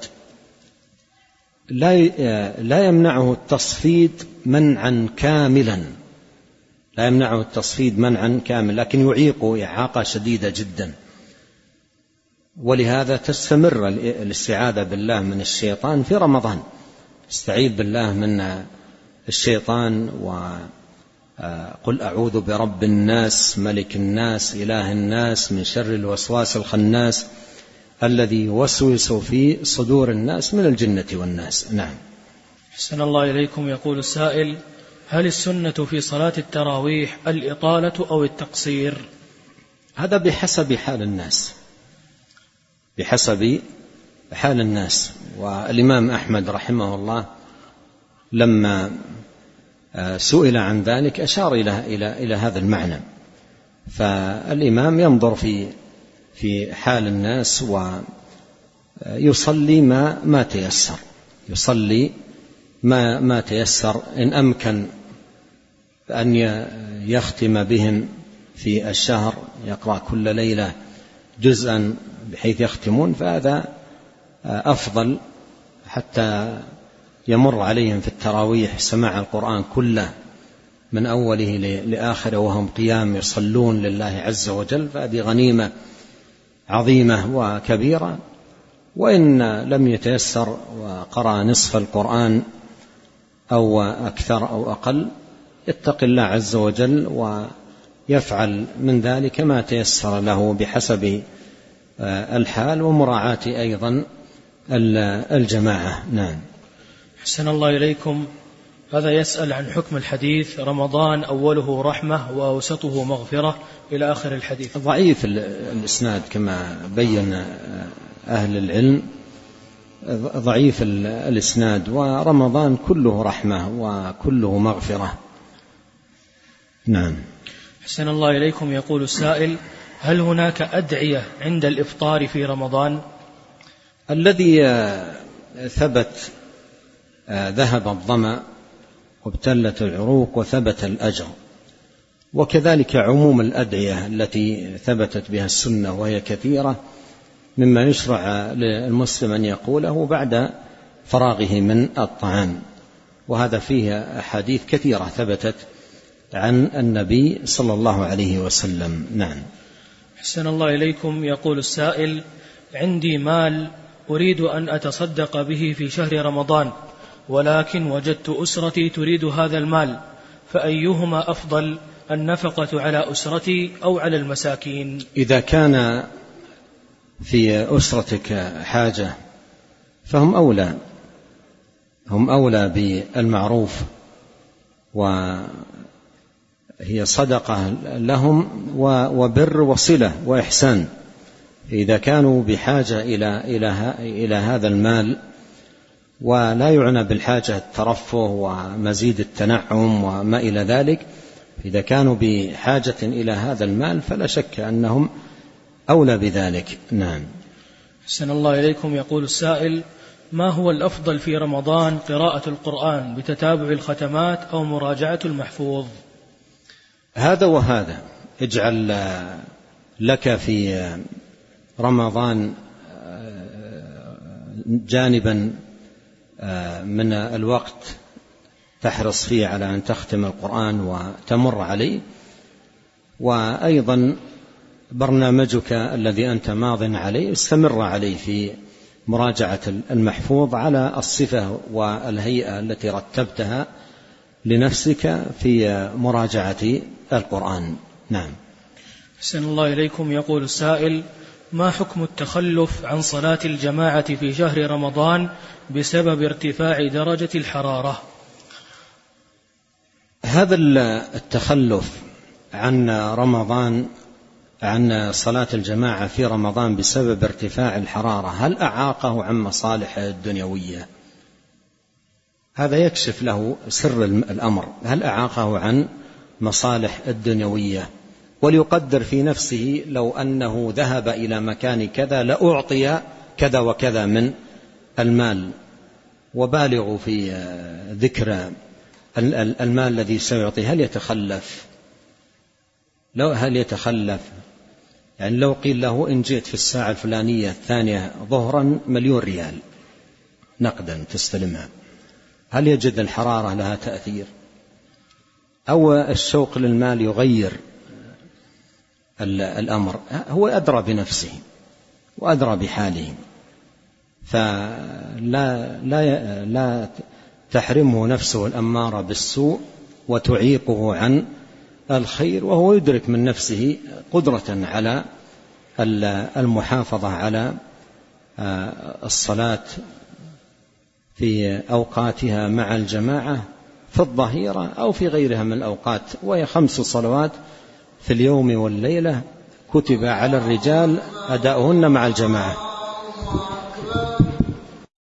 لا يمنعه التصفيد منعا كاملا، لا يمنعه التصفيد منعا كاملا، لكن يعيقه إعاقة شديدة جدا. ولهذا تستمر الاستعاذة بالله من الشيطان في رمضان، استعيذ بالله من الشيطان وقل أعوذ برب الناس ملك الناس إله الناس من شر الوسواس الخناس الذي يوسوس في صدور الناس من الجنة والناس. نعم. أحسن الله إليكم. يقول السائل: هل السنة في صلاة التراويح الإطالة أو التقصير؟ هذا بحسب حال الناس، بحسب حال الناس. والإمام أحمد رحمه الله لما سئل عن ذلك أشار إلى إلى إلى هذا المعنى، فالإمام ينظر في في حال الناس ويصلي ما ما تيسر، يصلي ما ما تيسر. إن أمكن أن يختم بهم في الشهر، يقرأ كل ليلة جزءا بحيث يختمون، فهذا أفضل حتى يمر عليهم في التراويح سماع القرآن كله من أوله لآخره وهم قيام يصلون لله عز وجل، فهذه غنيمة عظيمة وكبيرة. وإن لم يتيسر وقرأ نصف القرآن أو أكثر أو أقل، يتقي الله عز وجل ويفعل من ذلك ما تيسر له بحسب الحال ومراعاة أيضا الجماعة. نعم. حسن الله إليكم. هذا يسأل عن حكم الحديث رمضان أوله رحمة وأوسطه مغفرة إلى آخر الحديث. ضعيف الإسناد كما بين أهل العلم، ضعيف الإسناد، ورمضان كله رحمة وكله مغفرة. نعم. حسن الله إليكم. يقول السائل: هل هناك أدعية عند الإفطار في رمضان؟ الذي ثبت ذهب الظمأ وابتلت العروق وثبت الأجر، وكذلك عموم الأدعية التي ثبتت بها السنة وهي كثيرة، مما يشرع للمسلم أن يقوله بعد فراغه من الطعام، وهذا فيه أحاديث كثيرة ثبتت عن النبي صلى الله عليه وسلم. نعم. حسن الله إليكم. يقول السائل: عندي مال أريد أن أتصدق به في شهر رمضان، ولكن وجدت أسرتي تريد هذا المال، فأيهما أفضل، النفقة على أسرتي أو على المساكين؟ إذا كان في أسرتك حاجة فهم أولى، هم أولى بالمعروف، وهي صدقة لهم وبر وصلة وإحسان. إذا كانوا بحاجة إلى إلى إلى هذا المال، ولا يعنى بالحاجة الترفه ومزيد التنعم وما إلى ذلك، إذا كانوا بحاجة إلى هذا المال فلا شك أنهم أولى بذلك. نعم. حسن الله إليكم. يقول السائل: ما هو الأفضل في رمضان، قراءة القرآن بتتابع الختمات أو مراجعة المحفوظ؟ هذا وهذا. اجعل لك في رمضان جانبا من الوقت تحرص فيه على أن تختم القرآن وتمر عليه، وأيضا برنامجك الذي أنت ماض عليه استمر عليه في مراجعة المحفوظ على الصفة والهيئة التي رتبتها لنفسك في مراجعة القرآن. نعم. أحسن الله إليكم. يقول السائل: ما حكم التخلف عن صلاة الجماعة في شهر رمضان بسبب ارتفاع درجة الحرارة؟ هذا التخلف عن رمضان عن صلاة الجماعة في رمضان بسبب ارتفاع الحرارة هل أعاقه عن مصالحه الدنيوية؟ هذا يكشف له سر الأمر. هل أعاقه عن مصالح الدنيوية؟ وليقدر في نفسه لو أنه ذهب إلى مكان كذا لأعطي كذا وكذا من المال، وبالغ في ذكر المال الذي سيعطي. هل يتخلف؟ لو هل يتخلف يعني لو قيل له إن جئت في الساعة الفلانية الثانية ظهرا مليون ريال نقدا تستلمها، هل يجد الحرارة لها تأثير؟ أو الشوق للمال يغير الأمر؟ هو أدرى بنفسه وأدرى بحاله، فلا لا لا تحرمه نفسه الأمارة بالسوء وتعيقه عن الخير، وهو يدرك من نفسه قدرة على المحافظة على الصلاة في أوقاتها مع الجماعة في الظهيرة أو في غيرها من الأوقات. وهي خمس صلوات في اليوم والليلة كتب على الرجال أداؤهن مع الجماعة.